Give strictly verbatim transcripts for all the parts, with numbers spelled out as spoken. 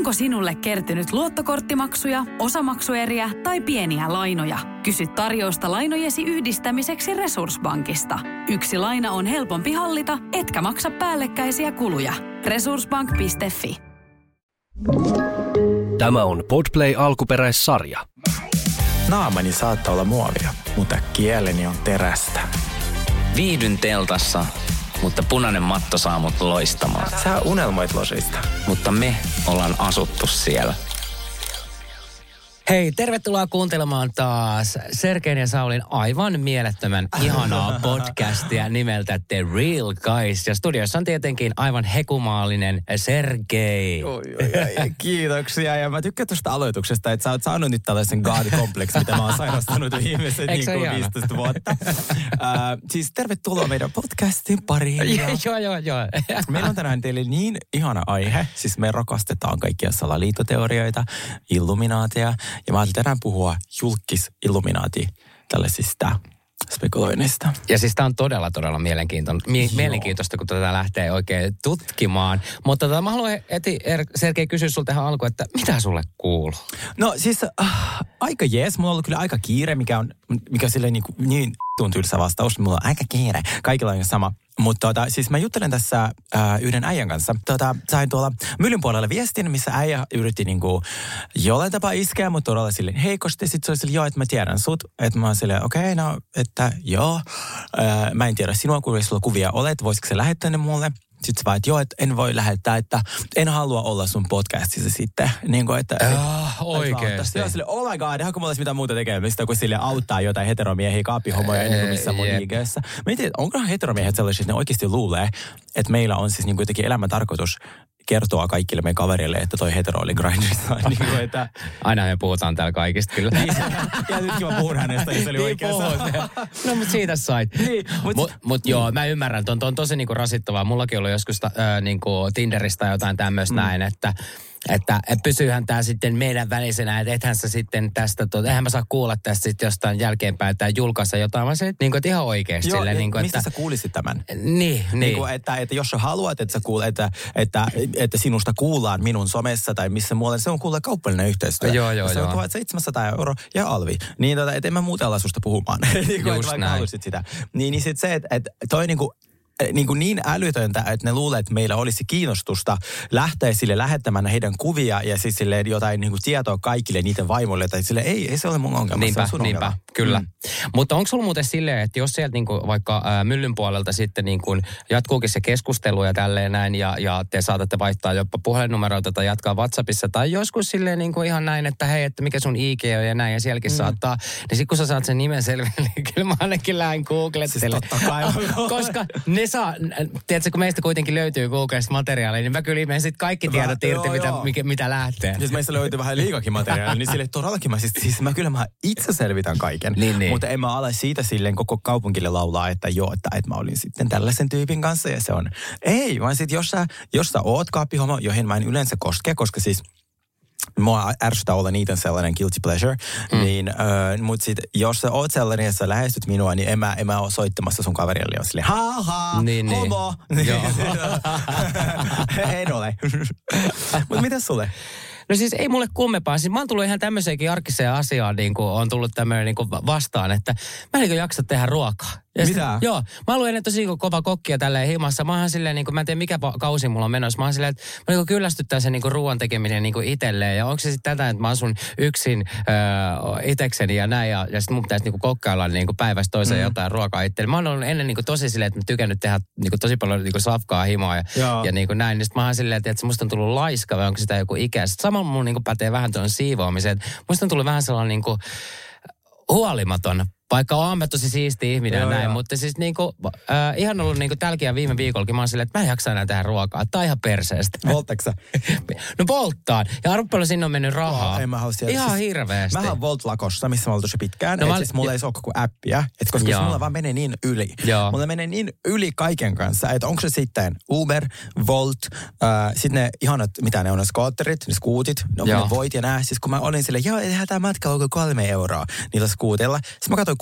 Onko sinulle kertynyt luottokorttimaksuja, osamaksueriä tai pieniä lainoja? Kysy tarjousta lainojesi yhdistämiseksi Resurssbankista. Yksi laina on helpompi hallita, etkä maksa päällekkäisiä kuluja. Resurssbank piste fi. Tämä on Podplay alkuperäissarja. Naamani saattaa olla muovia, mutta kieleni on terästä. Viihdyn teltassa, mutta punainen matto saa mut loistamaan. Sä unelmoit losista. Mutta me ollaan asuttu siellä. Hei, tervetuloa kuuntelemaan taas Sergein ja Saulin aivan mielettömän ihanaa podcastia nimeltä The Real Guys. Ja studiossa on tietenkin aivan hekumaalinen Sergei. Oi, oi, oi, kiitoksia. Ja mä tykkään tuosta aloituksesta, että sä oot saanut nyt tällaisen God-kompleksin, mitä mä oon sairastanut viimeiset niin kuin viisitoista vuotta. Uh, siis tervetuloa meidän podcastin pariin. Ja... joo, joo, joo. Meillä on tänään teille niin ihana aihe. Siis me rakastetaan kaikkia salaliittoteorioita, illuminaatia. Ja mä ajattelin tänään puhua julkis-illuminaati tällaisista spekuloinnista. Ja siis tää on todella, todella mielenkiintoista, mie- mielenkiintoista kun tätä lähtee oikein tutkimaan. Mutta tota, mä haluan heti, Sergei, kysyä sulta ihan alkuun, että mitä sulle kuuluu? No siis äh, aika jees. Mulla on ollut kyllä aika kiire, mikä on, mikä on silleen niin, niin tylsä vastaus. Mulla on aika kiire. Kaikilla on sama. Mutta tota, siis mä juttelen tässä äh, yhden äijän kanssa. Tota, sain tuolla myllyn puolella viestin, missä äijä yritti niinku jollain tapaa iskeä, mutta todella silleen heikosti. Sitten se oli silleen, joo, että mä tiedän sut. Että mä oon silleen, okei, okay, no, että joo. Äh, mä en tiedä sinua, kun sulla kuvia olet. Voisitko sä lähettää ne mulle? Sitten se vaan, että joo, että en voi lähettää, että en halua olla sun podcastissa sitten. Niin kuin, että... Oh, oikeesti. Joo, silleen, oh my god, ihan kun mulla olisi mitään muuta tekemistä, kuin sille auttaa jotain heteromiehiä, kaapihomoja, niin kuin missä mun I G:ssä. Mä en tiedä, onkohan heteromiehet sellaisia, että ne oikeasti luulee, että meillä on siis niin kuin jotenkin elämän tarkoitus kertoa kaikille meidän kaverille, että toi hetero oli grindrissa. Niin kuin, että... Aina me puhutaan täällä kaikista kyllä. Ja nytkin mä puhun hänestä, niin se oli oikeassa. No mut siitä sait. Niin, mut mut, mut joo, mä ymmärrän, ton, ton tosi niinku rasittavaa. Mullakin oli joskus äh, niinku Tinderistä jotain tämmöistä mm. näin, että Että pysyyhän tämä sitten meidän välisenä, että ethän sä sitten tästä, to, eihän mä saa kuulla tästä sitten jostain jälkeenpäin tai julkaista jotain, vaan se, että, niin kuin, että ihan oikeasti. Joo, silleen, niin kuin, mistä että, sä kuulisit tämän? Niin, niin. niin kuin, että, että jos sä haluat, että, sä kuul, että, että, että sinusta kuullaan minun somessa tai missä muualla, se on kuulla kaupallinen yhteistyö. Joo, joo, se joo. on tuhatseitsemänsataa euroa ja alvi. Niin, tota, että en mä muuten ala susta puhumaan. niin kuin, just että näin. Sitä. Niin, niin sitten se, että, että toi niin kuin, Niin, kuin niin älytöntä, että ne luulee, että meillä olisi kiinnostusta lähteä sille lähettämään heidän kuvia ja siis sille jotain niin kuin tietoa kaikille niiden vaimoille. Tai sille ei, ei se ole mun ongelma, niinpä, se on sun niinpä, ongelma. kyllä. Mm. Mutta onko sulla muuten silleen, että jos sieltä niin kuin vaikka ää, myllyn puolelta sitten niin kuin jatkuukin se keskustelu ja tälleen näin ja, ja te saatatte vaihtaa jopa puhelinnumeroita tai jatkaa WhatsAppissa tai joskus silleen niin kuin ihan näin, että hei, että mikä sun I G on ja näin ja sielläkin mm. saattaa. Niin sit kun sä saat sen nimen selville, niin kyllä mä ainakin lähden googlettelemaan. Siis totta kai. Koska ne saa... Tiedätkö, kun meistä kuitenkin löytyy Googlesta materiaalia, niin mä kyllä imeen sitten kaikki tiedot irti, mitä, mikä, mitä lähtee. Jos meistä löytyy vähän liikakin materiaalia, niin sille todellakin mä siis, siis mä kyllä mä itse selvitän kaiken. Niin, niin. Mutta en mä ala siitä silleen koko kaupunkille laulaa, että joo, että, että mä olin sitten tällaisen tyypin kanssa ja se on. Ei, vaan sitten jos sä, jos sä oot kaappihomo, joihin mä en yleensä koske, koska siis mua ärsyttää olla niiden sellainen guilty pleasure, mm. niin, äh, mutta sitten jos sä oot sellainen ja sä lähestyt minua, niin en mä, en mä ole soittamassa sun kaverille. On silleen, ha ha, niin, homo. Niin. En ole. Mutta mitäs sulle? No siis ei mulle kummempaa. Siis mä oon tullut ihan tämmöiseenkin arkiseen asiaan, niin kuin on tullut tämmöinen niin kuin vastaan, että mä en niin kuin jaksa tehdä ruokaa. Ja mitä? Sit, joo. Mä haluan ennen tosi kova kokkia tälleen himassa. Mä oon silleen, niin kuin, mä en tiedä mikä kausi mulla on menossa. Mä oon silleen, että mä niin kyllästyttää sen niin ruoan tekeminen niin itselleen. Ja onko se sitten tätä, että mä asun yksin öö, itekseni ja näin. Ja, ja sitten mun pitäisi niin kokkailla niin päivästä toiseen mm. jotain ruokaa itselle. Mä oon ollut ennen niin tosi silleen, että mä tykännyt tehdä niin tosi paljon niin safkaa himoa ja, ja niin näin. Niin sitten mä oon silleen, että, että musta on tullut laiska vai onko sitä joku ikä. Sitten sama mun niin pätee vähän tuon siivoamiseen. Musta on tullut vähän sellainen niin kuin huolimaton. Vaikka oon mä tosi siisti ihminen ja näin, joo. Mutta siis niinku, äh, ihan ollut niinku tälläkin viime viikollakin, mä oon silleen, että mä en jaksa enää tehdä ruokaa. Tää on ihan perseestä. Voltaksä? No polttaan. Ja arvo paljon sinne on mennyt rahaa. Oh, en mä halua sieltä. Ihan siis, hirveästi. Mähän on Volt-lakossa, missä mä oon tosi pitkään. No, et mä... siis mulla ei se ole koko appia. Et koska siis mulla vaan menee niin yli. Joo. Mulla menee niin yli kaiken kanssa. Että onko se sitten Uber, Volt, äh, sitten ne ihanat, mitä ne on, ne skootterit, ne skuutit, ne, ne voit ja nää. Siis kun mä olin silleen, joo, eihän tää matka onko kolme euroa niillä skuutilla. Sitten mä katsoin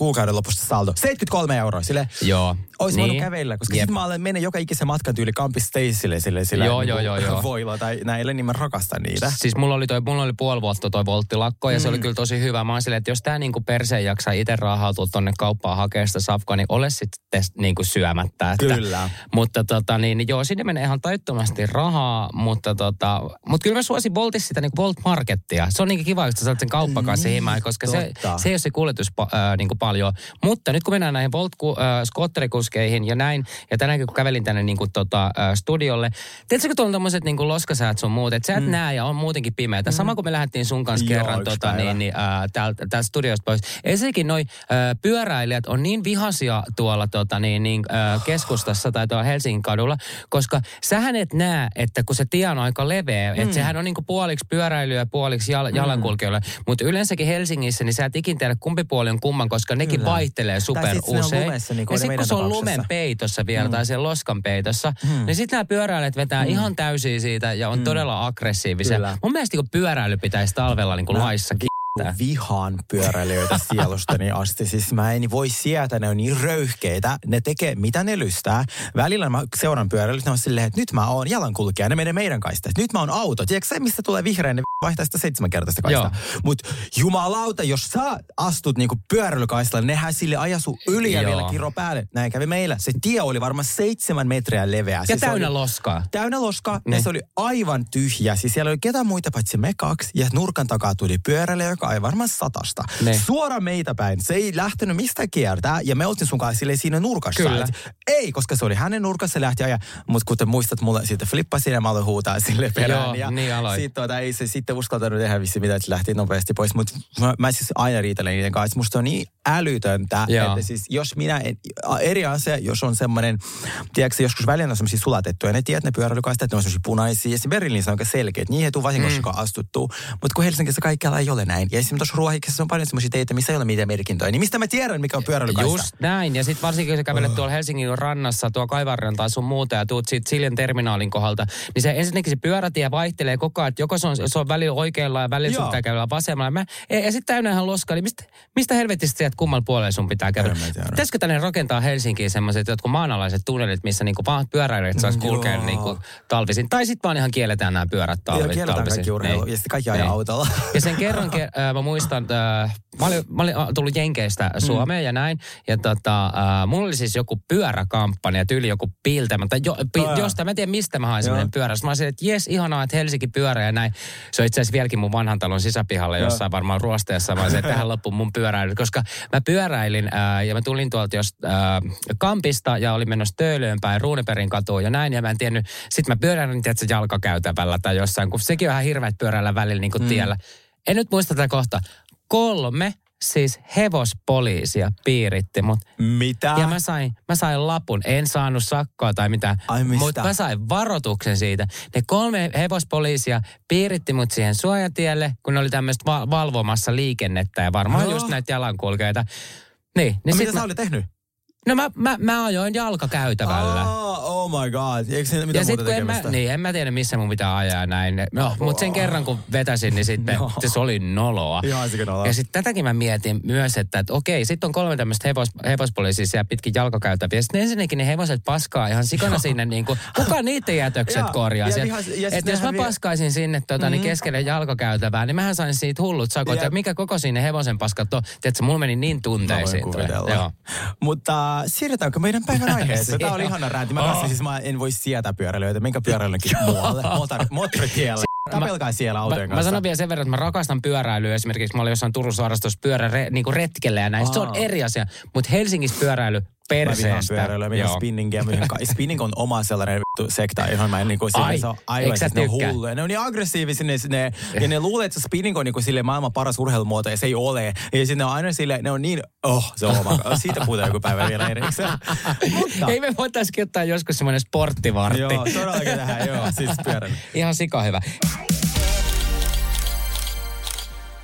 kuukauden lopusta saldo. seitsemänkymmentäkolme euroa. Sille Joo. Olisi niin. voinut kävellä, koska sitten mä olen mennä joka ikisen matkan tyyli Campus Stacelle sille, sille joo, niin joo, joo, joo. voilla tai näille, niin mä rakastan niitä. Siis mulla oli, toi, mulla oli puoli vuotta toi volttilakko ja mm. se oli kyllä tosi hyvä. Mä oon silleen, että jos tää niinku perseen jaksaa itse raahautua tonne kauppaan hakea sitä safkaa, niin ole sitten niinku syömättä. Että, kyllä. Mutta tota niin, niin joo, sinne menee ihan taittomasti rahaa, mutta tota, mut kyllä mä suosin Voltissa sitä niinku Volt Markettia. Se on niinku kiva, että sä saat sen kauppakassin mm, himään, koska se, se ei ole se kuljetus äh, niinku paljon. Mutta nyt kun mennään näihin Volt-skotterikuskeihin ja näin, ja tänäänkin kun kävelin tänne niinku tota, äh, studiolle, tiedätkö kun tuolla on tommoset niinku loskasäät sun muut, että sä et mm. näe ja on muutenkin pimeätä. Mm. Sama kun me lähdettiin sun kanssa joo, kerran tota, niin, niin, äh, täältä täältä studiosta pois. Ensinnäkin noi äh, pyöräilijät on niin vihaisia tuolla tota, niin, niin, äh, keskustassa tai tuolla Helsingin kadulla, koska sähän et näe, että kun se tie on aika leveä, mm. että sehän on niinku puoliksi pyöräilyä ja puoliksi jal- jalankulkijoille, mm. mutta yleensäkin Helsingissä, niin sä et ikin tiedä kumpi puoli on kumman, koska nekin Kyllä. vaihtelee super usein. Lumessa, niin ja sitten kun se on lumen peitossa vielä mm. tai siellä loskan peitossa, mm. niin sitten nämä pyöräilijät vetää mm. ihan täysiä siitä ja on mm. todella aggressiivisia. Kyllä. Mun mielestä kun pyöräily pitäisi talvella niin kuin laissa vihaan pyöräilijöitä sielustani asti. Siis mä en voi sietää, ne on niin röyhkeitä. Ne tekee mitä ne lystää. Välillä mä seuran pyöräilyt, ne on silleen, että nyt mä oon jalankulkija, ne menee meidän kaistaan. Nyt mä oon auto. Tiedätkö se, mistä tulee vihreä, ne vaihtaa sitä seitsemänkertaista kaistaa. Mutta jumalauta, jos sä astut niinku pyöräilykaistalle, nehän sille aja sun yli ja vielä kiro päälle. Näin kävi meillä. Se tie oli varmaan seitsemän metriä leveä. Ja siis täynnä oli, loskaa. Täynnä loskaa. Ne. Ja se oli aivan tyhjä. Siis siellä oli ketään muita paitsi me kaksi. Ja nurkan takaa tuli pyöräilijä, joka ei varmaan satasta. Ne. Suora meitä päin. Se ei lähtenyt mistä kiertää. Ja me oltiin sun kanssa silleen siinä nurkassa. Kyllä. Ei, koska se oli hänen nurkassa, se lähti ajan. Mutta kuten muistat, mulle siitä flippasin ja mä aloin huutaa sille perään. Joo, ja niin aloin. Sit, tuota, ei se sitten uskaltanut tehdä vissi mitä, että se lähti nopeasti pois. Mutta mä, mä siis aina riitelen niiden kanssa. Musta on niin älytöntä, Joo. että siis jos minä, en, eri asia, jos on semmoinen, tiedätkö, joskus välillä on semmoisia sulatettuja, ne tiedät, ne pyöräilykaistat, että ne on semmoisia punaisia, ja se Berliinissä on aika selkeä, että niihin ei tule vahingossakaan mm. astuttua, mutta kun Helsingissä kaikkialla ei ole näin, ja esimerkiksi tuossa Ruohiksessa on paljon semmoisia teitä, missä ei ole mitään merkintöjä, niin mistä mä tiedän, mikä on pyöräilykaista? Just näin, ja sitten varsinkin, kun sä kävelet oh. tuolla Helsingin rannassa, tuo Kaivarren tai sun muuta, ja tuut siitä Siljan terminaalin kohdalta, niin se ensinnäkin se pyörätie vaihtelee koko ajan, että joko se on, se on välillä oikealla ja välillä sun pitää kävellä vasemmalla, mä, ja, ja sitten täynnähän loskaa, niin mistä, mistä helvetistä sieltä kummalla puolella sun pitää käydä? Pitäisikö tänne rakentaa Helsinkiin semmoiset jotkut maanalaiset tunnelit, missä niinku vaan pyöräilijät saisi kulkea niinku talvisin. Tai sitten vaan ihan kielletään nämä pyörät talvi, Joo, kielletään talvisin. kaikki urheilu. Ja sitten kaikki ajaa autolla. Ja sen kerran, äh, mä muistan, äh, mä, olin, mä olin tullut Jenkeistä Suomeen mm. ja näin. Ja tota, äh, mulla oli siis joku pyöräkampanja, tyyli joku Piltemä. Tai jo, pi, oh, jostain, mä en tiedä mistä mä hain semmoinen pyörä. Mä olisin, että jes, ihanaa, että Helsinki pyörä ja näin. Se on itse asiassa vieläkin mun vanhan talon sisäpihalla jossain varmaan ruosteessa. Mä olisin, että tähän loppuun mun pyöräily. Koska mä pyöräilin äh, ja mä tulin tuolta jos äh, Kampista ja olin menossa Töölöön päin Ruuniperin katuun ja näin. Ja mä en tiennyt, sit mä pyöräilin tietysti jalkakäytävällä tai jossain, kun sekin on ihan hirveät pyöräillä välillä niin kuin mm. tiellä. En nyt muista tätä kohta. Kolme siis hevospoliisia piiritti mut. Mitä? Ja mä sain, mä sain lapun. En saanut sakkoa tai mitään. Mutta mä sain varoituksen siitä. Ne kolme hevospoliisia piiritti mut siihen suojatielle, kun ne oli tämmöistä va- valvomassa liikennettä ja varmaan Joo. just näitä jalankulkijoita. Niin. niin no mitä mä, sä olit tehnyt? No mä, mä, mä ajoin jalkakäytävällä. Oh, oh my god. Eikö siinä mitään muuta tekemistä? Mä, niin, en mä tiedä missä mun pitää ajaa näin. No, oh. Mutta sen kerran kun vetäsin, niin sitten no. se oli noloa. Ihan sikä noloa. Ja sitten tätäkin mä mietin myös, että, että okei, sitten on kolme tämmöistä hevos, hevospoliisia siellä pitkin jalkakäytäviä. Ja sitten ensinnäkin ne hevoset paskaa ihan sikana sinne niin kuin, kuka niiden jätökset korjaa? Että jos mä paskaisin sinne tota, niin keskelle jalkakäytävää, niin mähän sain siitä hullut sakot. Ja, ja mikä koko siinä hevosen paskat on? Tiedätkö, mulla meni niin tunteisiin. Joo. Mutta siirretäänkö meidän päivän aiheeseen? Tämä oli ihana rääti. Mä, oh. siis, mä en voi sietää pyöräilijöitä. Minkä pyöräilynkin muualle? Moottoritiellä. Tapelkaa siellä autojen kanssa. Mä sanon vielä sen verran, että mä rakastan pyöräilyä. Esimerkiksi mä olin jossain Turun saarastossa pyörä re, niin kuin retkellä ja näin. Se on eri asia. Mutta Helsingissä pyöräily perseestä. Mä vihaan pyöräilyä, mä vihaan spinningia. Spinning on oma sellainen vittu sekta, johon mä en niin kuin Ai, se on aivan, siis ne on hulluja. Ne on niin aggressiivisia ne, ne, ja ne luulee, että spinning on niin kuin sille maailman paras urheilumuoto ja se ei ole. Ja sitten ne on aina sille, ne on niin, oh, se on oma. Siitä puhutaan joku päivä vielä erikseen. Mutta ei me voitaisiin ottaa joskus semmoinen sporttivartti. Joo, todellakin tähän, joo, siis pyöräily. Ihan sika hyvä.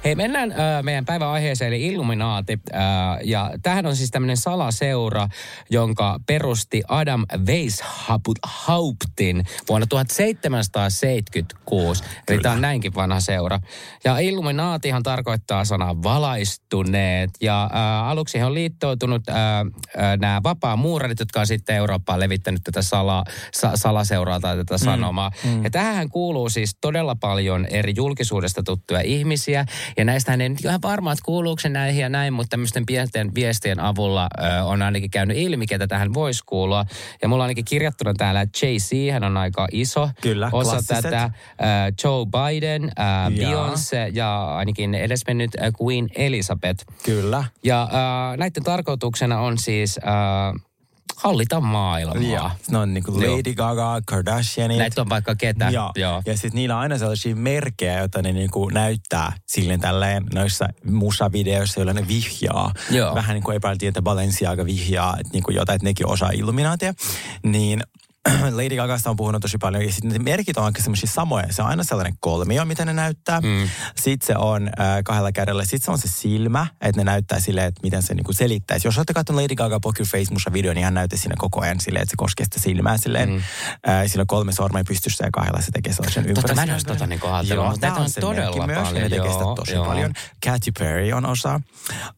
Hei, mennään äh, meidän päivän aiheeseen, eli Illuminaati. Äh, ja tämähän on siis tämmöinen salaseura, jonka perusti Adam Weishaupt vuonna tuhatseitsemänsataaseitsemänkymmentäkuusi. Kyllä. Eli tämä on näinkin vanha seura. Ja Illuminaatihan tarkoittaa sanaa valaistuneet. Ja äh, aluksi he on liittoutunut äh, äh, nämä vapaamuurarit, jotka on sitten Eurooppaan levittänyt tätä sala, sa, salaseuraa tai tätä sanomaa. Mm, mm. Ja tähän kuuluu siis todella paljon eri julkisuudesta tuttuja ihmisiä. Ja näistähän ei nyt ihan varma, että kuuluuko se näihin ja näin, mutta tämmöisten pienten viestien avulla ö, on ainakin käynyt ilmi, ketä tähän voisi kuulua. Ja mulla on ainakin kirjattuna täällä Jay-Z, hän on aika iso Kyllä, osa klassiset. tätä. Ö, Joe Biden, ö, Beyoncé ja ainakin edesmennyt ö, Queen Elizabeth. Kyllä. Ja ö, näiden tarkoituksena on siis... Ö, hallita maailmaa. Joo. Ne on niinku Lady Gaga, Kardashianit. Näitä on vaikka ketä. Joo. Joo. Ja sitten niillä on aina sellaisia merkkejä, joita ne niinku näyttää silleen tälleen noissa musavideoissa, joilla ne vihjaa. Joo. Vähän niin kuin epäiltiin, että Balenciaga vihjaa, että niinku jotain, että nekin osaa Illuminaatia. Niin Lady Gagasta on puhunut tosi paljon. Ja sitten ne merkit on aika semmoisia samoja. Se on aina sellainen kolmio, mitä ne näyttää. Mm. Sitten se on äh, kahdella kädellä. Sitten se on se silmä, että ne näyttää silleen, että miten se niinku selittäisi. Jos olette katsonut Lady Gaga Poker Face musa video, niin hän näyttää siinä koko ajan silleen, että se koskee sitä silmää silleen. Mm. Äh, sillä on kolme sormea pystyssä ja kahdella se tekee sellaisen ympäristön. Totta, mä en olisi tota niin ajatellut, mutta tätä on todella paljon. Myös, ne tekee sitä tosi joo. paljon. Katy Perry on osa. Äh,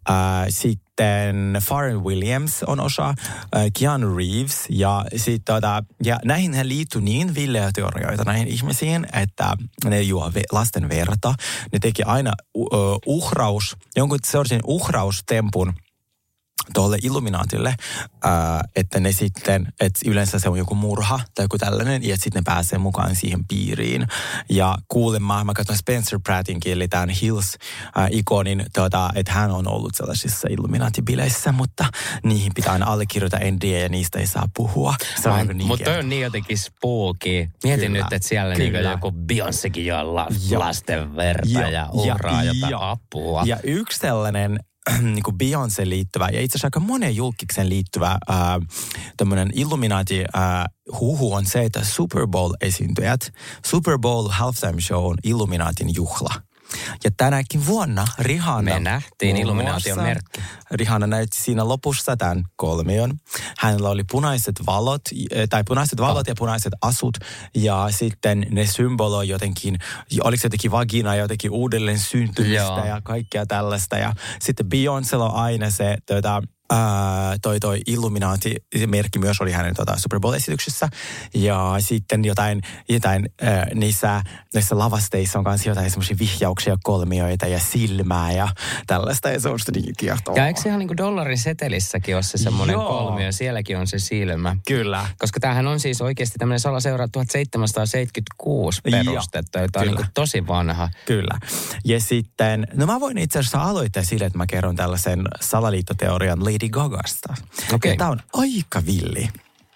Sitten Pharrell Williams on osa. Äh, Keanu Reeves. Ja sitten tota, ja näihin liittyy niin villejä teorioita näihin ihmisiin, että ne juo lasten verta. Ne teki aina uh, uhraus, jonkun sellaisen uhraustempun tuolle Illuminaatille, ää, että ne sitten, että yleensä se on joku murha tai joku tällainen, ja sitten ne pääsee mukaan siihen piiriin. Ja kuulemma, mä katsoin Spencer Prattinkin, eli tämän Hills-ikonin, tuota, että hän on ollut sellaisissa Illuminaati-bileissä, mutta niihin pitää aina allekirjoita N D A ja niistä ei saa puhua. Niin mutta toi on niin jotenkin spooky. Mietin kyllä, nyt, että siellä niin joku Beyoncékin juo la, lasten verta ja, ja uhraa ja, jotain ja, apua. Ja yksi sellainen niin kuin Beyoncé liittyvä ja itse asiassa aika monen julkiksen liittyvä ää, tämmöinen Illuminati ää, huhu on se, että Super Bowl-esiintyjät, Super Bowl halftime show on Illuminatin juhla. Ja tänäkin vuonna Rihanna... Me nähtiin Illuminaation merkki. Rihanna näytti siinä lopussa tämän kolmion. Hänellä oli punaiset valot, tai punaiset valot ja punaiset asut. Ja sitten ne symboloi jotenkin, oliko se jotenkin vagina jotenkin uudelleen syntymistä Joo. ja kaikkea tällaista. Ja sitten Beyoncélla on aina se... Tuota, Ää, toi toi Illuminati-merkki myös oli hänen tota, Super Bowl-esityksessä. Ja sitten jotain, jotain ää, niissä, niissä lavasteissa on kanssa jotain semmoisia vihjauksia, kolmioita ja silmää ja tällaista. Ja se on sitä niin kiehtovaa. Ja eikö se ihan niin kuin dollarin setelissäkin ole se semmoinen kolmio? Sielläkin on se silmä. Kyllä. Koska tämähän on siis oikeasti tämmöinen salaseura tuhatseitsemänsataaseitsemänkymmentäkuusi perustettu. Tämä on niin kuin tosi vanha. Kyllä. Ja sitten, no mä voin itse asiassa aloittaa sille, että mä kerron tällaisen salaliittoteorian Lady Gagasta. Okay. Tämä on aika villi.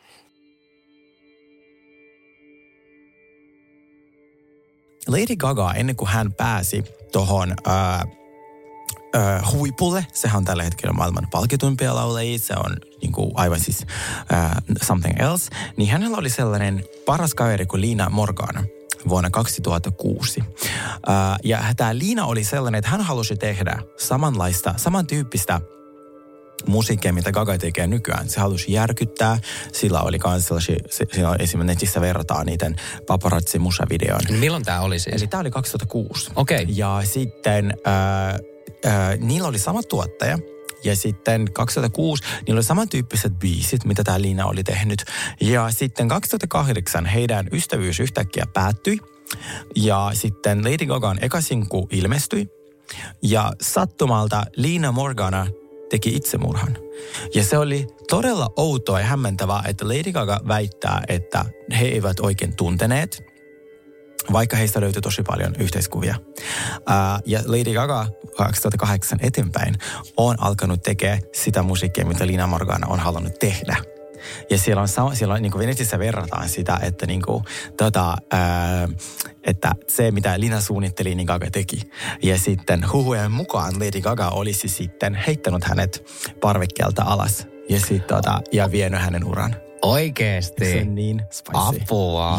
Lady Gaga, ennen kuin hän pääsi tuohon äh, äh, huipulle, sehän on tällä hetkellä maailman palkituimpia laulajia, se on niin kuin aivan siis äh, something else, niin hänellä oli sellainen paras kaveri kuin Lina Morgana vuonna kaksituhattakuusi. Uh, ja tämä Liina oli sellainen, että hän halusi tehdä samanlaista, samantyyppistä musiikkia, mitä Gaga tekee nykyään. Se halusi järkyttää. Sillä oli myös sellaisia, sillä esimerkiksi netissä verrataan niiden paparazzi-musavideon. Milloin tämä oli siis? Eli tämä oli kaksituhattakuusi. Okei. Okay. Ja sitten äh, äh, niillä oli sama tuottaja. Ja sitten kaksituhattakuusi niillä oli samantyyppiset biisit, mitä tämä Liina oli tehnyt. Ja sitten kaksituhattakahdeksan heidän ystävyys yhtäkkiä päättyi. Ja sitten Lady Gagan eka sinkku ilmestyi. Ja sattumalta Lina Morgana teki itsemurhan. Ja se oli todella outoa ja hämmentävää, että Lady Gaga väittää, että he eivät oikein tunteneet, vaikka heistä löytyi tosi paljon yhteiskuvia. Uh, ja Lady Gaga kaksituhattakahdeksan eteenpäin on alkanut tekemään sitä musiikkia, mitä Lina Morgana on halunnut tehdä. Ja siellä on, sama, siellä on niin kuin Venetissä verrataan sitä, että, niin kuin, tota, ää, että se, mitä Lina suunnitteli, niin Gaga teki. Ja sitten huhujen mukaan Lady Gaga olisi sitten heittänyt hänet parvekkeelta alas ja, sit, tota, ja vienyt hänen uran. Oikeesti? Se on niin spicy. Apua. Ja.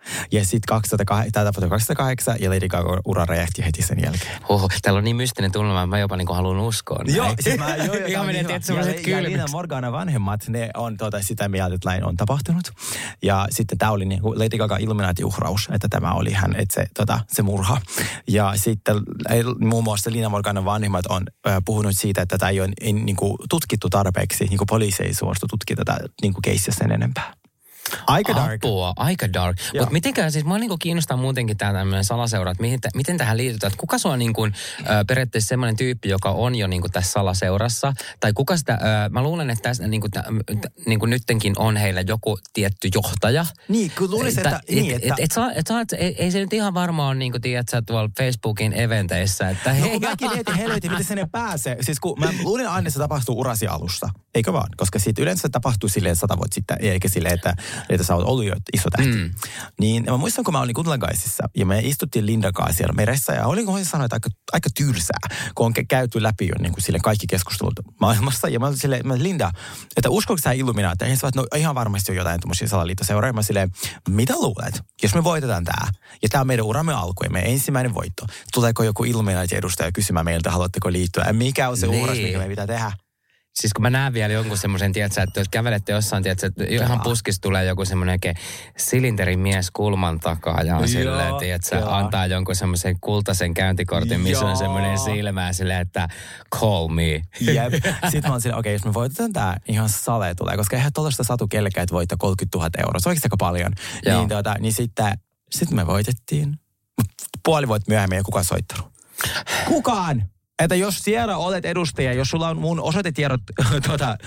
Ja sitten kaksituhattakahdeksan ja Lady Gaga ura räjähti heti sen jälkeen. Oho, täällä on niin mystinen tunnelma, että mä jopa niin haluan uskoa näin. Joo, siis mä, joo, joo, ihan menee tietysti sellaiset kylmiksi. Ja Lina Morgana vanhemmat, ne on tuota, sitä mieltä, että näin on tapahtunut. Ja sitten tämä oli niin kuin Lady Gaga Illuminati-uhraus, että tämä oli hän, että se, tota, se murha. Ja sitten muun muassa Lina Morganan vanhemmat on äh, puhunut siitä, että tätä ei ole niin kuin tutkittu tarpeeksi, niin kuin poliisi ei suostu tutkia tätä niin kuin keissiä sen enempää. Aika dark. Apua, aika dark. Mutta mitenkään, siis mua niinku kiinnostaa muutenkin tämä tämmöinen salaseura, että miten, miten tähän liitytään. Että kuka se on niinku, ö, periaatteessa semmoinen tyyppi, joka on jo niinku tässä salaseurassa? Tai kuka sitä, ö, mä luulen, että tässä niinku, tä, niinku nyttenkin on heillä joku tietty johtaja. Niin, kun luulisin, että... Et, niin, et, että... et, et, saa, et, saa, et, ei, ei se nyt ihan varmaan ole niinku, tiedätkö, tuolla Facebookin eventeissä, että... No kun mäkin mietin, helvetin, miten sinne pääsee. Siis kun mä luulin aina, että se tapahtuu urasi alussa. Eikö vaan? Koska siitä yleensä tapahtuu silleen sata vuotta sitten, eikä silleen, että, että sä oot ollut jo iso tähti. Mm. Niin mä muistan, kun mä olin Kuntlankaisissa ja me istuttiin Lindan kanssa siellä meressä ja olin, voisin sanoa, että aika, aika tylsää, kun on käyty läpi jo niin kuin silleen kaikki keskustelut maailmassa. Ja mä olin silleen, mä Linda, että uskoiko sä Illuminaattia? Ja no ihan varmasti on jotain tuommoisia salaliittoseuroja. Mä silleen, mitä luulet, jos me voitetaan tää? Ja tää on meidän uramme alku ja meidän ensimmäinen voitto. Tuleeko joku Illuminaati-edustaja kysymään meiltä, haluatteko liittyä? Ja mikä on se niin. uras, mikä me pitää tehdä? Siis kun mä näen vielä jonkun semmoisen, tiedätkö, että jos kävelette jossain, tiedätkö, että ihan puskista tulee joku semmoinen oikein silinterin mies kulman takaa ja on silleen, tiedätkö, antaa jonkun semmoisen kultaisen käyntikortin, missä joo. on semmoinen silmä silleen, että call me. Jep. Sitten mä oon silleen, okei, okay, jos me voitetaan tää, ihan sale tulee, koska eihän tuollaista satu kellekään, että voittaa kolmekymmentätuhatta euroa. Se on oikeasti aika paljon. Niin, tuota, niin sitten sit me voitettiin. Puoli vuotta myöhemmin ja kukaan soittanut. Kukaan! Että jos siellä olet edustaja, jos sulla on mun osoitetiedot tuota,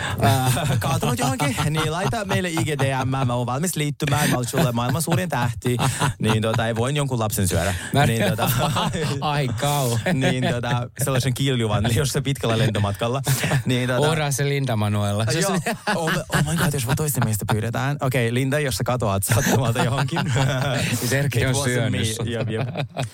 ää, kaatunut johonkin, niin laita meille I G D M. Mä oon valmis liittymään. Mä oon sulle maailman suurin tähti. Niin tota, ei voin jonkun lapsen syödä. Niin, tota, ai kau. Niin tota, sellaisen kiljuvan, jos se pitkällä lentomatkalla. Niin, tota, Oraa se Linda Manuella. Joo. Oh, oh my god, jos vaan toisten meistä pyydetään. Okei, okay, Linda, jos sä katoat sattumalta johonkin. Sergei on syönyt sut. Jep, jep.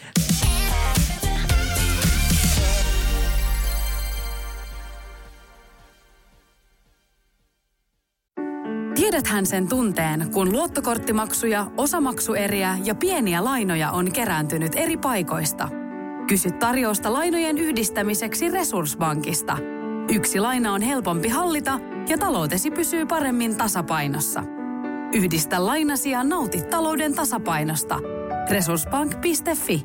Tiedäthän sen tunteen, kun luottokorttimaksuja, osamaksueriä ja pieniä lainoja on kerääntynyt eri paikoista. Kysy tarjousta lainojen yhdistämiseksi Resurssbankista. Yksi laina on helpompi hallita ja taloutesi pysyy paremmin tasapainossa. Yhdistä lainasi ja nauti talouden tasapainosta. resurssbank piste fi.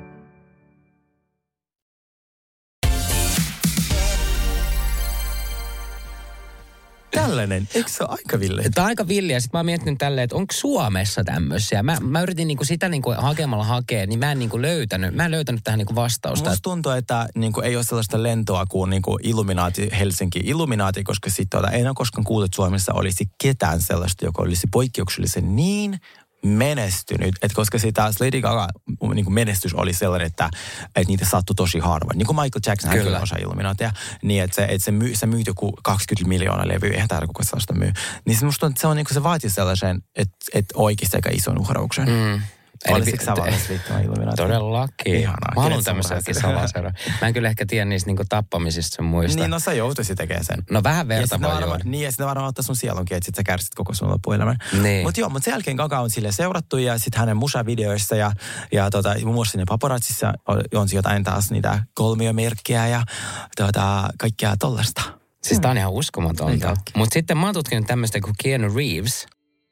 Tällainen, eikö se ole aika villiä? Tämä on aika villiä. Sitten mä oon miettinyt tälleen, että onko Suomessa tämmöisiä. Mä, mä yritin niinku sitä niinku hakemalla hakea, niin mä en niinku löytänyt, mä en löytänyt tähän niinku vastausta. Musta tuntuu, että niinku ei ole sellaista lentoa kuin niinku Illuminaati, Helsinki Illuminaati, koska sitten tuota, ei ole koskaan kuullut, että Suomessa olisi ketään sellaista, joka olisi poikkeuksellisen niin menestynyt, että koska se taas Lady Gaga niin menestys oli sellainen, että, että niitä sattui tosi harvoin. Niin kuin Michael Jackson, hän kyllä osaa Illuminatia, niin että se, että se, myy, se myyt joku kaksikymmentä miljoonaa levyä, eihän täällä kukaan sellaista myy. Niin se musta tuntuu, että se, on, niin kuin se vaatii sellaisen, että, että oikeasti aika ison uhrauksen. Mm. Olisitko sä valmis liittymään Illuminatiin? Todellakin. Ihanaa. Mä haluan tämmöisenkin salaseuran. Mä en kyllä ehkä tiedä niistä niinku tappamisista sun muista. Niin, no sä joutuisit tekemään sen. No vähän verta voi juoda. Niin, ja sitten varmaan ottaa sun sielunkin, että sit sä kärsit koko sun loppuelämän. Niin. Mutta joo, mutta sen jälkeen Gaga on sille seurattu ja sitten hänen musavideoissa ja, ja tota, muun muassa sinne paparazzissa on, on jotain taas niitä kolmiomerkkiä ja tota, kaikkea tollasta. Siis tää on ihan uskomatonta. Mutta sitten mä oon tutkinut tämmöistä kuin Keanu Reeves.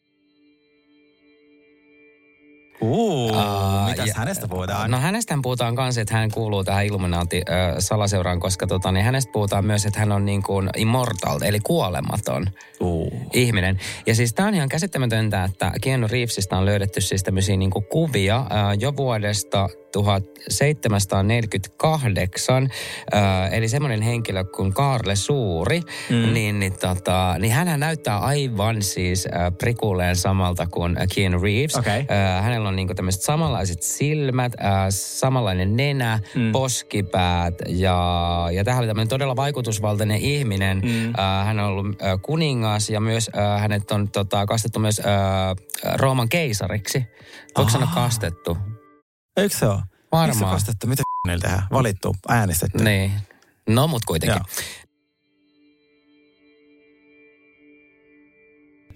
Uh, uh, mitäs ja, hänestä puhutaan? No hänestä puhutaan kanssa, että hän kuuluu tähän Illuminati-salaseuraan, koska tota, niin hänestä puhutaan myös, että hän on niin kuin immortal, eli kuolematon uh. ihminen. Ja siis tämä on ihan käsittämätöntä, että Keanu Reevesistä on löydetty siis tämmöisiä niin kuin kuvia uh, jo vuodesta tuhatseitsemänsataaneljäkymmentäkahdeksan, uh, eli semmoinen henkilö kuin Kaarle Suuri, mm. niin, niin, tota, niin hänhän näyttää aivan siis uh, prikulleen samalta kuin Keanu Reeves. Okay. Uh, hänellä on niinku tämmöiset samanlaiset silmät, uh, samanlainen nenä, mm. poskipäät ja, ja tähän oli tämmöinen todella vaikutusvaltainen ihminen. Mm. Uh, hän on ollut uh, kuningas ja myös uh, hänet on tota, kastettu myös uh, Rooman keisariksi. Voiko sanoa kastettu? Eikö se ole? Varmaan. Miksi kastettu? Mitä niillä tehdään? Valittu, äänestetty? Niin. No, mut kuitenkin.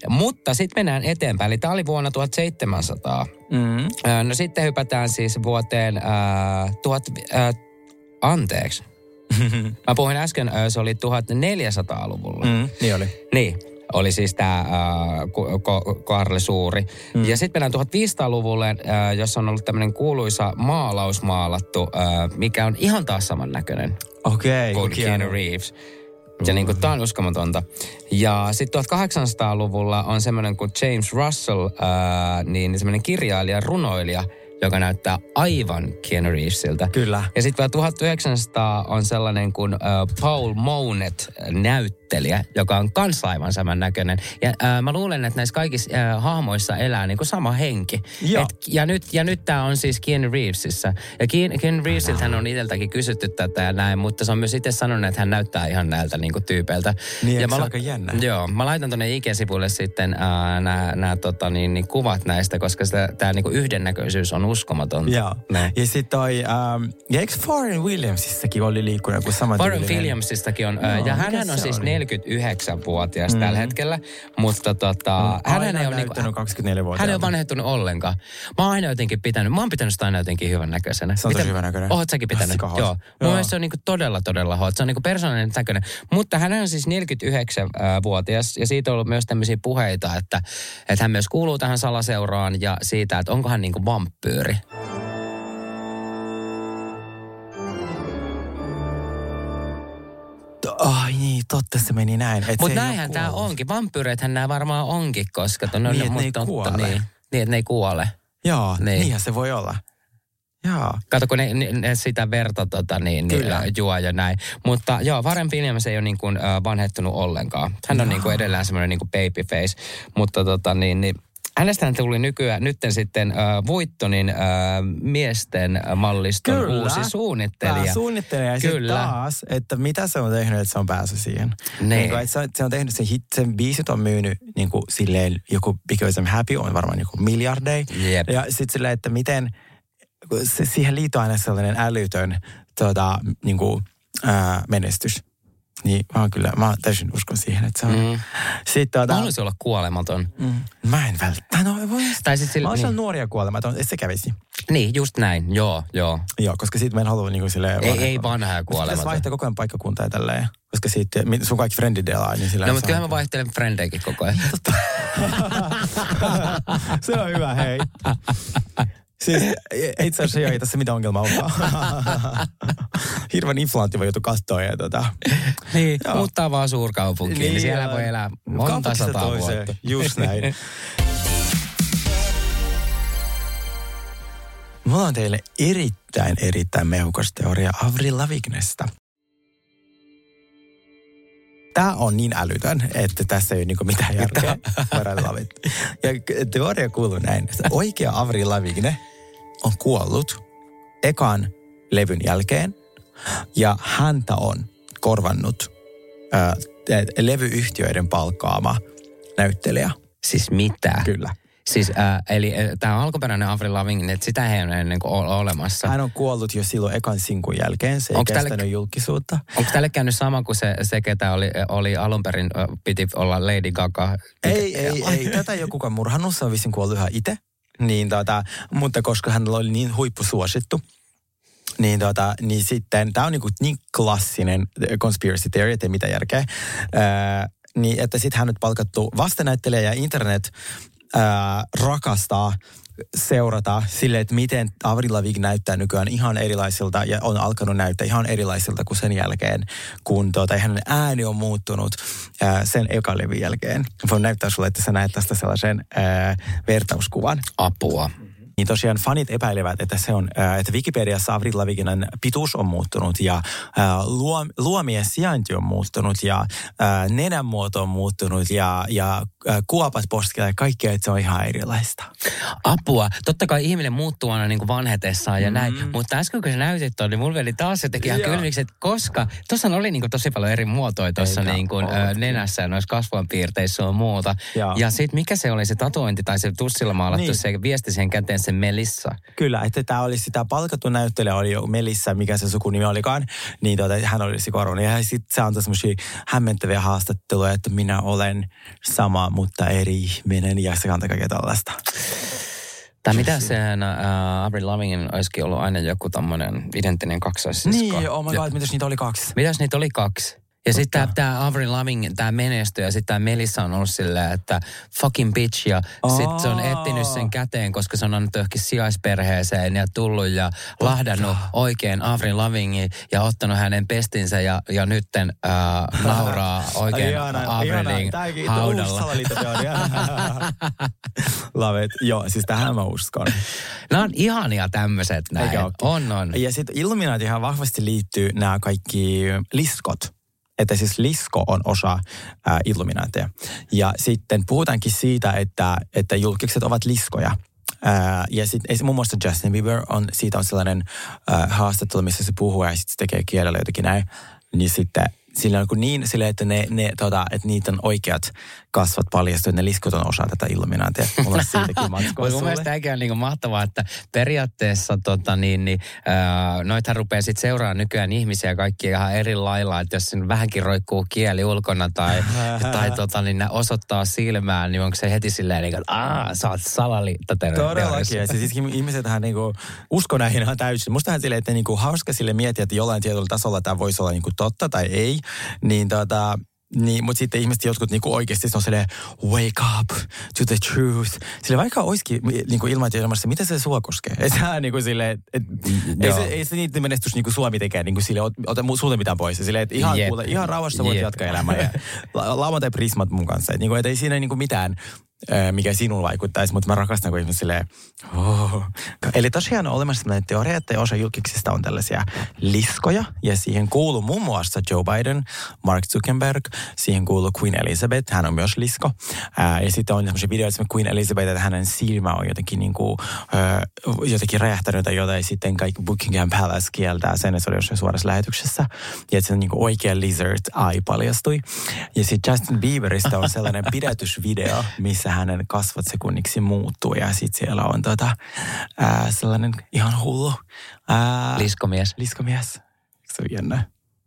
mutta sitten mennään eteenpäin. Eli tämä oli vuonna tuhatseitsemänsataa. Mm. No sitten hypätään siis vuoteen äh, tuhat... Äh, anteeksi. Mä puhuin äsken, äh, se oli tuhatneljäsataaluvulla. Mm, niin oli. Niin. Oli siis tämä äh, Karle Suuri. Mm. Ja sitten mennään tuhatviisisataaluvulle, äh, jossa on ollut tämmöinen kuuluisa maalaus maalattu, äh, mikä on ihan taas samannäköinen Okei. kuin Keanu Reeves. Ja niin kuin tää on uskomatonta. Ja sitten tuhatkahdeksansataaluvulla on semmoinen kuin James Russell, äh, niin semmoinen kirjailija, runoilija, joka näyttää aivan Keanu Reevesiltä. Kyllä. Ja sitten vielä tuhatyhdeksänsataa on sellainen kuin äh, Paul Mounet näyttelijä, joka on kans aivan saman näköinen. Ja äh, mä luulen, että näissä kaikissa äh, hahmoissa elää niin kuin sama henki. Et, ja nyt, ja nyt tää on siis Keanu Reevesissä. Ja Keanu, Keanu Reevesiltä hän on itseltäkin kysytty tätä ja näin, mutta se on myös itse sanonut, että hän näyttää ihan näiltä niin kuin tyypeiltä. Niin, ja se mä, aika jännä? Joo, mä laitan tonne I G-sivuille sitten äh, nämä tota, niin, niin, kuvat näistä, koska tämä niin kuin yhdennäköisyys on uskomatonta. Joo. Näin. Ja sitten toi, ähm, ja eikö Pharrell Williamsissakin oli liikkunut joku sama Pharrell tyylinen? Williamsistakin on, No, ja mikä hänhän on se siis oli? neljäkymmentäyhdeksänvuotias mm. tällä hetkellä, mutta tota, Mm. hän Aina ei on ole niinku, näyttänyt kaksikymmentäneljä-vuotiaalta. hän ei ole vanhentunut ollenkaan. Mä oon aina jotenkin pitänyt, mä oon pitänyt sitä aina jotenkin hyvän näköisenä. Se on tosi hyvän näköinen. Oot säkin pitänyt? Sika hot. Joo. Mun Joo. mielestä se on niinku todella, todella hot. Se on niinku persoonallinen näköinen. Mutta hän on siis neljäkymmentäyhdeksänvuotias ja siitä on ollut myös tämmöisiä puheita, että, että hän myös kuuluu tähän salaseuraan ja siitä, että onko hän niinku vampyyri. Ai niin, totta se meni näin. Mutta näinhän tämä onkin. Vampyyreithän nämä varmaan onkin, koska... Niin, on, että ne ei totta, kuole. Niin, niin, että ne ei kuole. Joo, Niin. niinhän se voi olla. Joo. Kato, kun ne, ne, ne sitä verta tota, niin, niin, juo ja näin. Mutta joo, Pharrell Williams ei ole niin kuin, äh, vanhettunut ollenkaan. Hän on niin kuin edellään semmoinen niin kuin babyface. Mutta tota niin... niin hänestähän tuli nykyään, nytten sitten äh, Vuittonin äh, miesten malliston Kyllä. uusi suunnittelija. Pääsuunnittelija. Ja sitten taas, että mitä se on tehnyt, että se on päässyt siihen. Niin. Niin kuin, että se, se on tehnyt, sen, hit, sen biisit on myynyt niin kuin silleen, joku Because I'm Happy on varmaan joku miljardeja. Jep. Ja sitten silleen, että miten, se, siihen liittyy aina sellainen älytön tota, niin kuin, ää, menestys. Niin mä oon kyllä, mä täysin uskon siihen, että se on. Mm. Sitten, tota, mä haluaisin olla kuolematon. Mm. Mä en välttämättä. No, voi tai sit sille, mä olisin niin. nuoria kuolematon, että se kävisi. Niin, just näin. Joo, joo. Joo, koska siitä mä en halua niinku silleen... Ei, ei vanhaa ja kuolematon. Pitäisi vaihtaa koko ajan paikkakuntaa ja tälleen. Koska siitä, sun kaikki frendit elää, niin sillä... No, mutta kyllähän mä vaihtelen frendeikin koko ajan. Se on hyvä, hei. Siis itse asiassa ei tässä mitään ongelmaa olekaan. Hirveän inflaattiva juttu katsoa ja tota... Niin, joo. Muuttaa vaan suurkaupunkiin, niin, niin siellä voi elää monta sataa vuotta. Just näin. Mulla on teille erittäin, erittäin mehukas teoria Avril Lavignesta. Tämä on niin älytön, että tässä ei ole niinku mitään järkeä. Ja teoria kuuluu näin, että oikea Avril Lavigne on kuollut ekan levyn jälkeen ja häntä on korvannut ää, levyyhtiöiden palkkaama näyttelijä. Siis mitä? Kyllä. Siis, äh, eli tämä alkuperäinen Avril Lavigne, että sitä ei ole ennen kuin ole olemassa. Hän on kuollut jo silloin ekan sinkun jälkeen, se ei onko kestänyt tälle, julkisuutta. Onko tälle käynyt sama kuin se, se ketä oli, oli alun perin, piti olla Lady Gaga? Ei, ei, ei. Tätä ei ole kukaan murhannut, se on vissiin kuollut ihan itse. Niin, tota, mutta koska hän oli niin huippusuosittu, niin, tota, niin sitten, tämä on niin, kuin niin klassinen conspiracy theory, että ei mitään järkeä. Ää, niin, että sitten hän nyt palkattu vastanäyttelijä ja internet ää, rakastaa seurata sille, että miten Avril Lavigne näyttää nykyään ihan erilaisilta ja on alkanut näyttää ihan erilaisilta kuin sen jälkeen, kun tuota, hänen ääni on muuttunut ää, sen ekan levyn jälkeen. Voin näyttää sulle, että sä näet tästä sellaisen ää, vertauskuvan. Apua. Niin tosiaan fanit epäilevät, että se on, että Wikipediassa Avril Lavignen pituus on muuttunut ja luom, luomien sijainti on muuttunut ja nenän muoto on muuttunut ja, ja kuopat poskella ja kaikkea, että se on ihan erilaista. Apua. Totta kai ihminen muuttuu aina niin kuin vanhetessaan ja mm. näin, mutta äsken kun sä näytit tuon, niin mulla veli taas jotenkin ihan kylmiksi, että koska, tuossa oli niin kuin tosi paljon eri muotoja tuossa niin kuin nenässä ja noissa kasvojenpiirteissä on muuta. Ja, ja sitten mikä se oli se tatuointi tai se tussilla maalattu, niin. Se viesti siihen käteen, se Melissa. Kyllä, että tämä oli sitä palkattu näyttelijä, oli jo Melissa, mikä se sukunimi olikaan, niin tuota, hän oli se korona. Ja sitten se antoi semmoisia hämmentäviä haastatteluja, että minä olen sama, mutta eri ihminen, ja se kantoi kaikkea tällaista. Tai mitä sen uh, Avril Lavignen olisikin ollut aina joku tommonen identtinen kaksoissisko. Niin, oh my god, mitäs niitä oli kaksi? Mitäs niitä oli kaksi? Ja sitten tämä Avril Lavigne, tämä menestyi, ja sitten tämä Melissa on ollut silleen, että fucking bitch, ja sitten se on etsinyt sen käteen, koska se on annettu johonkin sijaisperheeseen ja tullut ja lahdannut oikein Avril Lavigne ja ottanut hänen pestinsä ja, ja nytten äh, nauraa oikein Avrilin haudalla. Love it. Joo, siis tähän mä uskon. Nämä on ihania tämmöiset näin. On, on. Ja sitten Illuminaatihan vahvasti liittyy nämä kaikki liskot. Että siis lisko on osa ää, Illuminaatia. Ja sitten puhutaankin siitä, että, että julkikset ovat liskoja. Ää, ja sitten muun muassa Justin Bieber on, siitä on sellainen ää, haastattelu, missä se puhuu ja sitten se tekee kielellä jotenkin näin. Niin sitten sillä on niin silleen, että, ne, ne, tota, että niiden oikeat kasvat paljastuu, että ne liskot on osa tätä Illuminaatia. Mulla on siitäkin matskoa Mun mielestä tämäkin on niin mahtavaa, että periaatteessa tota, niin, niin, äh, noithan rupeaa sitten seuraamaan nykyään ihmisiä kaikki ihan eri lailla, että jos siinä vähänkin roikkuu kieli ulkona tai, tai tota, niin, osoittaa silmään, niin onko se heti silleen, niin, että aah, sä oot salaliittoteoriassa. Todellakin, ja siis ihmisethän niin kuin, usko näihin ihan täysin. Mustahan silleen, että niin kuin, hauska sille miettiä, että jollain tietyllä tasolla tämä voisi olla niin kuin, totta tai ei, niin tota... Niin, mutta sitten ihmiset jotkut niinku oikeasti on silleen, wake up to the truth. Sille vaikka olisikin niinku ilman ilmassa, mitä se sua koskee? Et sä niinku silleen, et, ei, se, ei se niitä menestys niinku Suomi tekee niinku silleen, ota sulta mitään pois. Silleen, että ihan, kuule, ihan rauhassa voit jatkaa elämää ja la, lauantai prismat mun kanssa. Et, niinku, et ei siinä niinku mitään, mikä sinuun vaikuttaisi, mutta mä rakastan, kun ihmiset silleen, oh. Eli tosiaan on olemassa sellainen teoria, että osa julkiksista on tällaisia liskoja, ja siihen kuuluu muun muassa Joe Biden, Mark Zuckerberg, siihen kuuluu Queen Elizabeth, hän on myös lisko. Ää, ja sitten on sellaisia videoita, että Queen Elizabeth, että hänen silmä on jotenkin, niin kuin, ää, jotenkin räjähtänyt tai jotain, sitten kaikki Buckingham Palace kieltää sen, että se oli jossain suorassa lähetyksessä. Ja että se on niin kuin oikea lizard eye paljastui. Ja sitten Justin Bieberistä on sellainen pidätysvideo, missä hänen kasvot sekunniksi muuttuu ja sitten siellä on tota, ää, sellainen ihan hullu. Ää, liskomies. Liskomies. Eikö se ole jännä?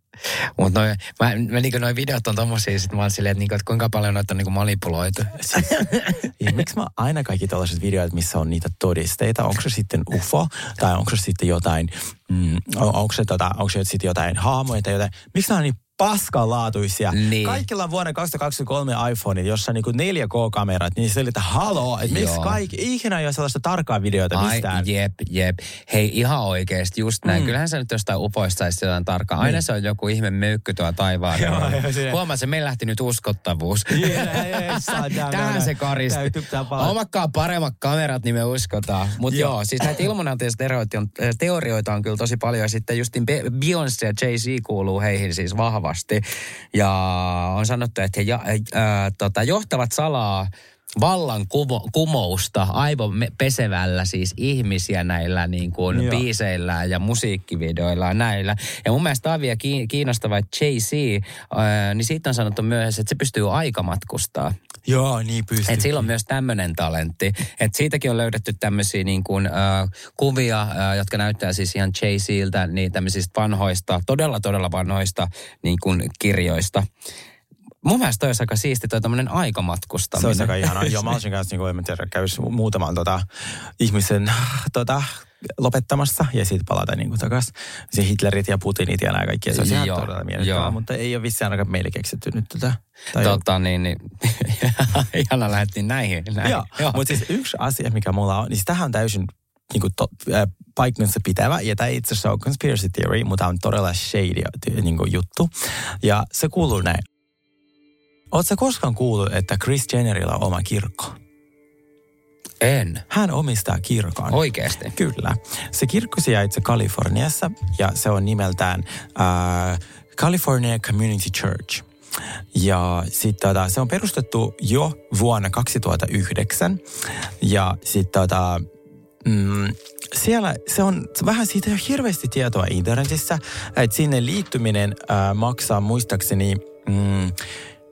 Mutta mä, mä niinku noi videot on tommosia, sit mä oon silleen, että, niinku, että kuinka paljon noita on niinku manipuloitu. Siis, ja miksi mä aina kaikki tällaiset videot, missä on niitä todisteita, onko se sitten U F O tai onko se sitten jotain, mm, on, onko se, tota, onko se sitten jotain haamoja tai jotain, miksi nämä on niin paskanlaatuisia. Niin. Kaikilla on vuonna kaksituhattakaksikymmentäkolme iPhoneit, jossa on niinku neljä K-kamerat, niin se oli, että haloo, että miksi kaikki, ikinä ei ole sellaista tarkkaa videota mistään. Ai, jep, jep. Hei, ihan oikeasti, just näin. Mm. Kyllähän se nyt jostain upoista saisi jotain tarkkaa. Aina niin. Se on joku ihme möykky tuo taivaan. Huomasin, meillä lähti nyt uskottavuus. Tähän se karisti. Omakkaan paremmat kamerat, niin me uskotaan. Mutta joo. joo, siis näitä Illuminati-teorioita on kyllä tosi paljon. Ja sitten justin Beyoncé ja Jay-Z kuuluu heihin siis vahvasti. Ja on sanottu, että he ja, äh, tota, johtavat salaa vallan kumo, kumousta aivopesevällä siis ihmisiä näillä niin kuin biiseillä ja musiikkivideoilla ja näillä. Ja mun mielestä tämä on vielä kiinnostavaa, että Jay-Z, äh, niin siitä on sanottu myös, että se pystyy aikamatkustaa. Joo, niin pystyy. Että sillä on myös tämmöinen talentti. Että siitäkin on löydetty tämmöisiä niin kuin, äh, kuvia, äh, jotka näyttää siis ihan Jay-Ziltä, niin tämmöisistä vanhoista, todella todella vanhoista niin kuin kirjoista. Mun mielestä toi olisi aika siisti toi tämmöinen aikamatkustaminen. Se olisi aika ihanaa. Joo, mä olisin kanssa, niin kuin, en tiedä, kävisi muutaman tota, ihmisen tota, lopettamassa ja sitten palata niin kuin takaisin. Se Hitlerit ja Putinit ja nämä kaikki. Se olisi ihan todella miellyttävää, mutta ei ole vissiin ainakaan meille keksitty nyt tätä. Tota niin, niin. Ihana lähdettiin näihin. näihin. Joo, Joo. Mutta siis yksi asia, mikä mulla on, niin tämähän on täysin niin kuin to, äh, paikkansa pitävä. Ja tämä itse asiassa on conspiracy theory, mutta on todella shady niin kuin juttu. Ja se kuuluu näin. Oletko koskaan kuullut, että Kris Jennerillä on oma kirkko? En. Hän omistaa kirkon. Oikeasti? Kyllä. Se kirkko sijaitsee Kaliforniassa ja se on nimeltään uh, California Community Church. Ja sitten tota, se on perustettu jo vuonna kaksituhattayhdeksän ja sitten tota, mm, siellä se on vähän siitä jo hirveästi tietoa internetissä, että sinne liittyminen uh, maksaa muistaakseni Mm,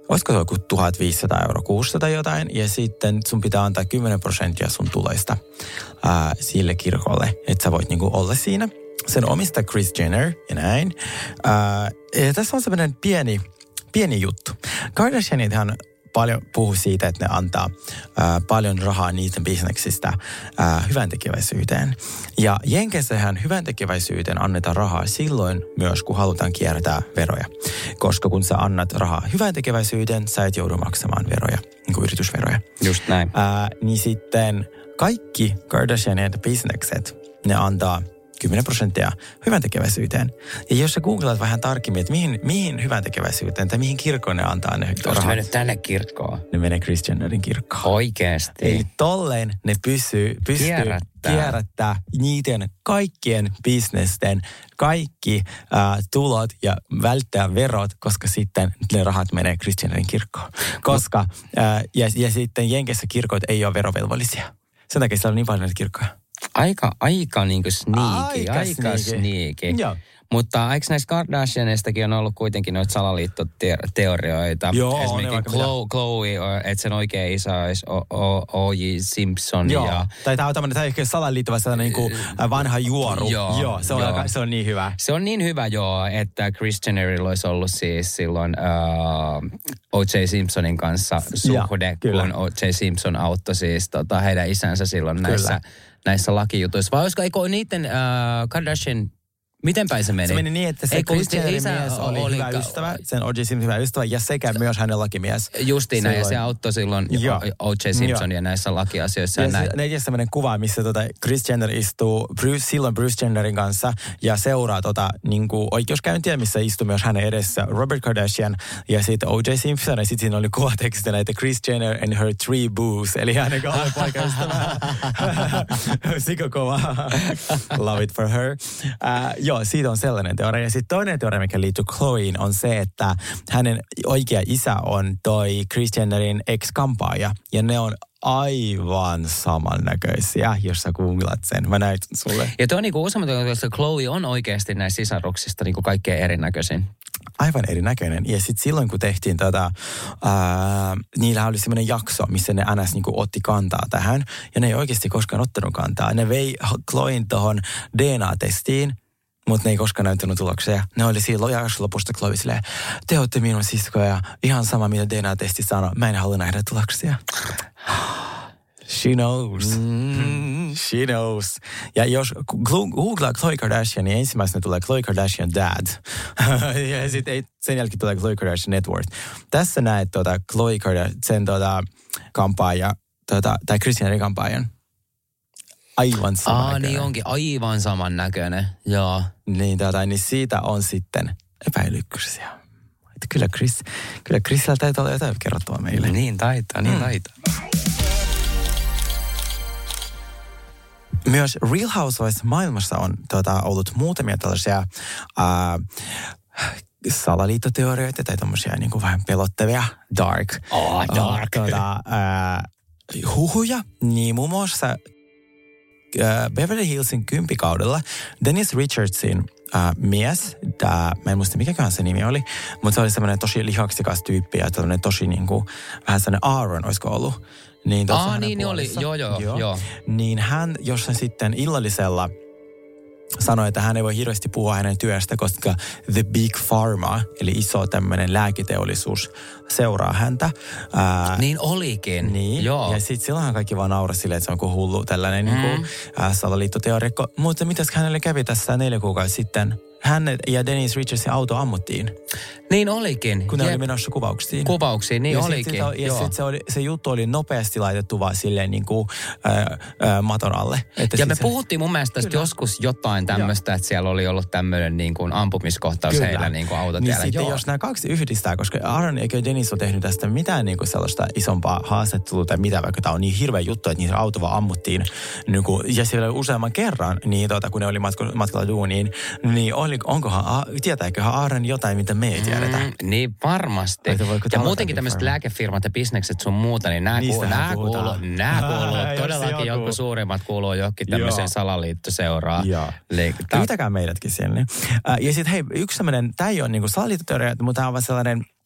olisiko se joku tuhatviisisataa euroa kuussa tai jotain, ja sitten sun pitää antaa kymmenen prosenttia sun tuloista ää, sille kirkolle, että sä voit niinku olla siinä. Sen omista Kris Jenner ja näin. Ää, ja tässä on semmoinen pieni, pieni juttu. Kardashianithan paljon puhuu siitä, että ne antaa ää, paljon rahaa niiden bisneksistä ää, hyväntekeväisyyteen. Ja Jenkeissähän hyväntekeväisyyteen annetaan rahaa silloin myös, kun halutaan kiertää veroja. Koska kun sä annat rahaa hyväntekeväisyyteen, sä et joudu maksamaan veroja, niin kuin yritysveroja. Just näin. Ää, niin sitten kaikki Kardashianien bisnekset, ne antaa kymmenen prosenttia hyväntekeväisyyteen. Ja jos sä googlat vähän tarkemmin, että mihin, mihin hyväntekeväisyyteen tai mihin kirkkoon ne antaa ne rahat. Oletko mennyt tänne kirkkoon? Ne menee Kris Jennerin kirkkoon. Oikeesti? Eli tolleen ne pysyy, pystyy Kierrättää. kierrättää niiden kaikkien bisnesten kaikki äh, tulot ja välttää verot, koska sitten ne rahat menee Kris Jennerin kirkkoon. Koska, äh, ja, ja sitten Jenkeissä kirkot ei ole verovelvollisia. Sen takia siellä on niin paljon näitä kirkkoja. Aika, aika niinku sneaky, Aika aika sneaky. Joo. Mutta eikö näissä Kardashianistakin on ollut kuitenkin noita salaliittoteorioita? Joo, esimerkiksi Chloe, Chloe, että sen oikea isä olisi O J Simpson. Joo, ja tai tämä on tämmöinen, tämä on salaliittoa sellainen niin kuin vanha juoru. Joo, joo, se on, joo. Aika, se on niin hyvä. Se on niin hyvä, joo, että Kris Jennerillä olisi ollut siis silloin uh, O J Simpsonin kanssa suhde, ja, kun O J Simpson auttoi siis tota, heidän isänsä silloin näissä, näissä lakijutuissa. Vai olisiko, eikö niiden uh, Kardashian... Miten päin se meni? Se meni niin, että se Kris Jennerin mies oli, oli hyvä ystävä, sen O J Simpson hyvä ystävä ja sekä myös hänen lakimies. Justiin näin, ja se auttoi silloin O J Simpsonia näissä lakiasioissa. Ja näin. se, ne sellainen kuva, missä tota Kris Jenner istuu Bruce, silloin Bruce Jennerin kanssa ja seuraa tota, niin kuin oikeuskäyntiä, missä istui myös hänen edessä Robert Kardashian ja sitten O J Simpson. Ja sitten siinä oli kuvateksti näitä Kris Jenner and her three boos, eli hänen kahden poikaystävää. Siko kova. Love it for her. Uh, Joo, siitä on sellainen teoria. Ja sitten toinen teoria, mikä liittyy Chloeen, on se, että hänen oikea isä on toi Kris Jennerin ex-kampaaja. Ja ne on aivan samannäköisiä, jos sä googlat sen. Mä näytän sulle. Ja tuo on niinku useamman, koska Chloe on oikeasti näistä sisaruksista niinku kaikkein erinäköisin. Aivan erinäköinen. Ja sitten silloin, kun tehtiin tätä, ää, niillä oli semmoinen jakso, missä ne ns. Niinku otti kantaa tähän. Ja ne ei oikeasti koskaan ottanut kantaa. Ne vei Chloeen tuohon D N A-testiin, mutta ne ei koskaan näyttänyt tuloksia. Ne oli siinä jakson lopusta Chloe silleen, te olette minun siskoja, ihan sama mitä D N A-testi sanoo, mä en halua nähdä tuloksia. She knows. Mm. She knows. Ja jos googlaa Khloe Kardashian, niin ensimmäisenä tulee Khloe Kardashian Dad. ja sitten sen jälkeen tulee Khloe Kardashian Net Worth. Tässä näet tuota Khloe Kardashian, sen tuota kampaaja, tuota, tai Kris Jennerin kampaajan. Aivan saman Aa, niin onkin aivan saman näköinen, joo. Niin, tota, niin siitä on sitten epäilykkyyksiä. Että kyllä Kris, kyllä Krisillä taitaa olla jotain kerrottua meille. Niin taitaa, niin mm. taitaa. Myös Real Housewives-maailmassa on tota, ollut muutamia tällaisia ää, salaliittoteorioita tai tommosia niin kuin vähän pelottavia, dark. Oh, dark. Uh, tota, ää, huhuja, niin muun muassa Beverly Hillsin kympikaudella Dennis Richardsin äh, mies, tää, mä en muista mikäkään se nimi oli, mutta se oli semmoinen tosi lihaksikas tyyppi ja tämmöinen tosi niinku, vähän semmoinen Aaron olisiko ollut. Niin, Aa, niin, niin oli, joo, joo, joo, joo. Niin hän, jos hän sitten illallisella sanoi, että hän ei voi hirveästi puhua hänen työstä, koska The Big Pharma, eli iso tämmöinen lääketeollisuus, seuraa häntä. Ää, niin olikin. Niin, joo. Ja sitten silloinhan kaikki vaan naurasi silleen, että se on kuin hullu tällainen mm. niin kuin, ää, salaliittoteorikko. Mutta mitäs hänelle kävi tässä neljä kuukautta sitten? Hänet ja Dennis Richardsin auto ammuttiin. Niin olikin. Kun ne oli menossa kuvauksiin. Kuvauksiin, niin ja olikin. Sit, sit, ja sitten se, oli, se juttu oli nopeasti laitettu vaan silleen niin kuin ää, ää, maton alle. Että ja me se... puhuttiin mun mielestä tästä joskus jotain tämmöistä, että siellä oli ollut tämmöinen niin kuin ampumiskohtaus Kyllä. heillä niin kuin autotiellä. Niin sitten jos nämä kaksi yhdistää, koska Aaron eikä Dennis ole tehnyt tästä mitään niin kuin sellaista isompaa haastattelua tai mitä, vaikka tämä on niin hirveä juttu, että niitä auto vaan ammuttiin. Niin kuin, ja siellä useamman kerran, niin tota, kun ne oli matkalla duuniin, niin oli, onkohan, tietääköhän Aaron jotain, mitä me ei tiedetä? Mm, niin varmasti. Ja muutenkin tämmöiset lääkefirmat ja bisnekset sun muuta, niin nämä kuuluu, nämä kuuluu, nämä kuuluu todellakin joku suurimmat kuuluu johonkin tämmöiseen salaliittoseuraan. Pyytäkää meidätkin siellä. Ja sitten hei, yksi tämmöinen, tämä ei ole niinku salaliittoteoria, mutta tämä on vaan sellainen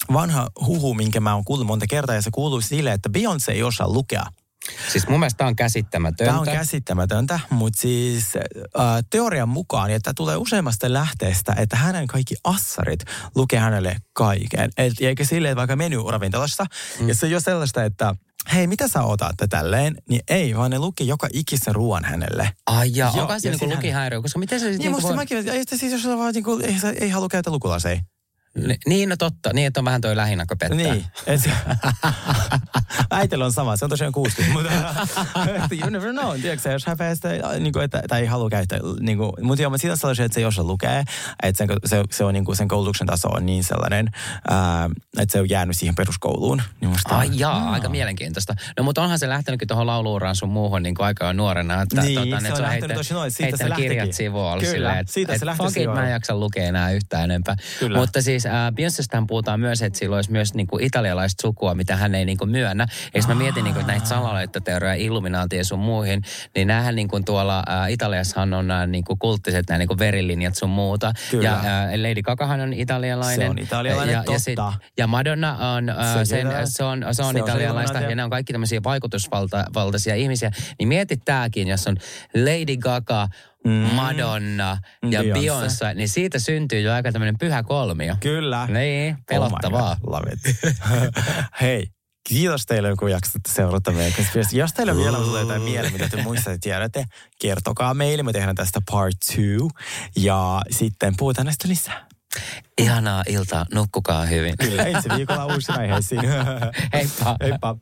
vanha huhu, minkä mä oon kuullut monta kertaa, ja se kuuluu sille, että Beyoncé ei osaa lukea. Siis mun mielestä tämä on käsittämätöntä. Tämä on käsittämätöntä, mutta siis äh, teorian mukaan, että tulee useammasta lähteestä, että hänen kaikki assarit lukee hänelle kaiken. Et, eikä silleen, että vaikka menu ravintolassa, mm. ja se ei ole sellaista, että hei, mitä sä otat tälleen? Niin ei, vaan ne luki joka ikisen ruoan hänelle. Ai jaa, onko se niinku lukihäiriö? Koska miten se siis... Niin, niinku musta voi... mäkin, ei, siis jos vaan niinku, ei, ei halua käyttää lukulaseja. Niin, no totta. Niin, että on vähän toi lähinäkö pettää. Niin. Et, äitellä on sama, se on tosiaan kuusikymmentä. Mutta you never know, tiedätkö jos häpeää sitä, niin kuin, että, tai ei halua käyttää. Niin kuin, mutta joo, mutta siitä on sellaisia, että se ei osaa lukea. Että sen, se, se on niin kuin, sen koulutuksen taso on niin sellainen, ää, että se on jäänyt siihen peruskouluun. Niin Ai jaa, no. Aika mielenkiintoista. No mutta onhan se lähtenytkin tuohon lauluuraan sun muuhun niin kuin aika nuorena. Että, niin, tuota, se on lähtenyt tosi noin. Siitä se lähtikin. Kirjat sivuun Kyllä, silleen, että siitä et, se lähti sivuun. Mä en jaksa lukea enää yhtään enempää. Kyllä. Mutta siis äh, Beyoncéstähän puhutaan myös, että sillä olisi myös niin kuin italialaista sukua, mitä hän ei niin kuin myönnä. Ja jos mä mietin niin kuin näitä salaliittoteorioja, Illuminaatia ja sun muihin, niin näähän niin kuin tuolla äh, Italiassahan on nämä niin kuin kulttiset nämä niin kuin verilinjat sun muuta. Kyllä. Ja äh, Lady Gagahan on italialainen. Se on italialainen, ja, totta. Ja, sit, ja Madonna on, äh, se, sen, se on, se on se italialaista. On ja nämä on kaikki tämmöisiä vaikutusvaltaisia ihmisiä. Niin mietit tääkin, jos on Lady Gaga, Mm. Madonna ja Beyoncé. Beyoncé, niin siitä syntyy jo aika tämmöinen pyhä kolmio. Kyllä. Niin, pelottavaa. Oh love it. Hei, kiitos teille, kun jaksatte seurata meidän. Jos teillä on vielä tulee jotain mieleen, mitä te muistatte tiedätte, kertokaa meille. Me tehdään tästä part two ja sitten puhutaan näistä lisää. Ihanaa iltaa, nukkukaa hyvin. Kyllä, ensi viikolla uusiin aiheisiin. Heippa. Heippa.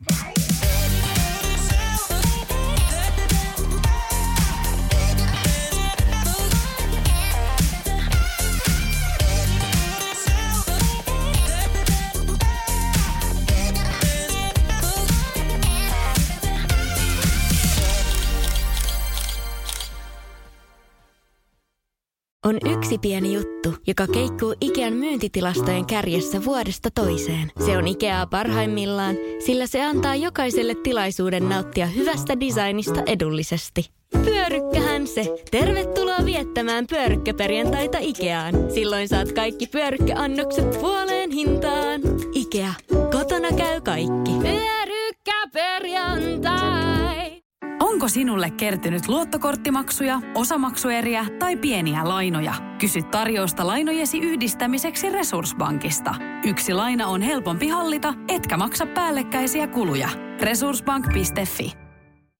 On yksi pieni juttu, joka keikkuu Ikean myyntitilastojen kärjessä vuodesta toiseen. Se on Ikeaa parhaimmillaan, sillä se antaa jokaiselle tilaisuuden nauttia hyvästä designista edullisesti. Pyörykkähän se! Tervetuloa viettämään pyörykkäperjantaita Ikeaan. Silloin saat kaikki pyörykkäannokset puoleen hintaan. Ikea. Kotona käy kaikki. Pyörykkäperjantai! Onko sinulle kertynyt luottokorttimaksuja, osamaksueriä tai pieniä lainoja? Kysy tarjousta lainojesi yhdistämiseksi Resurssbankista. Yksi laina on helpompi hallita, etkä maksa päällekkäisiä kuluja. resurssbank piste fi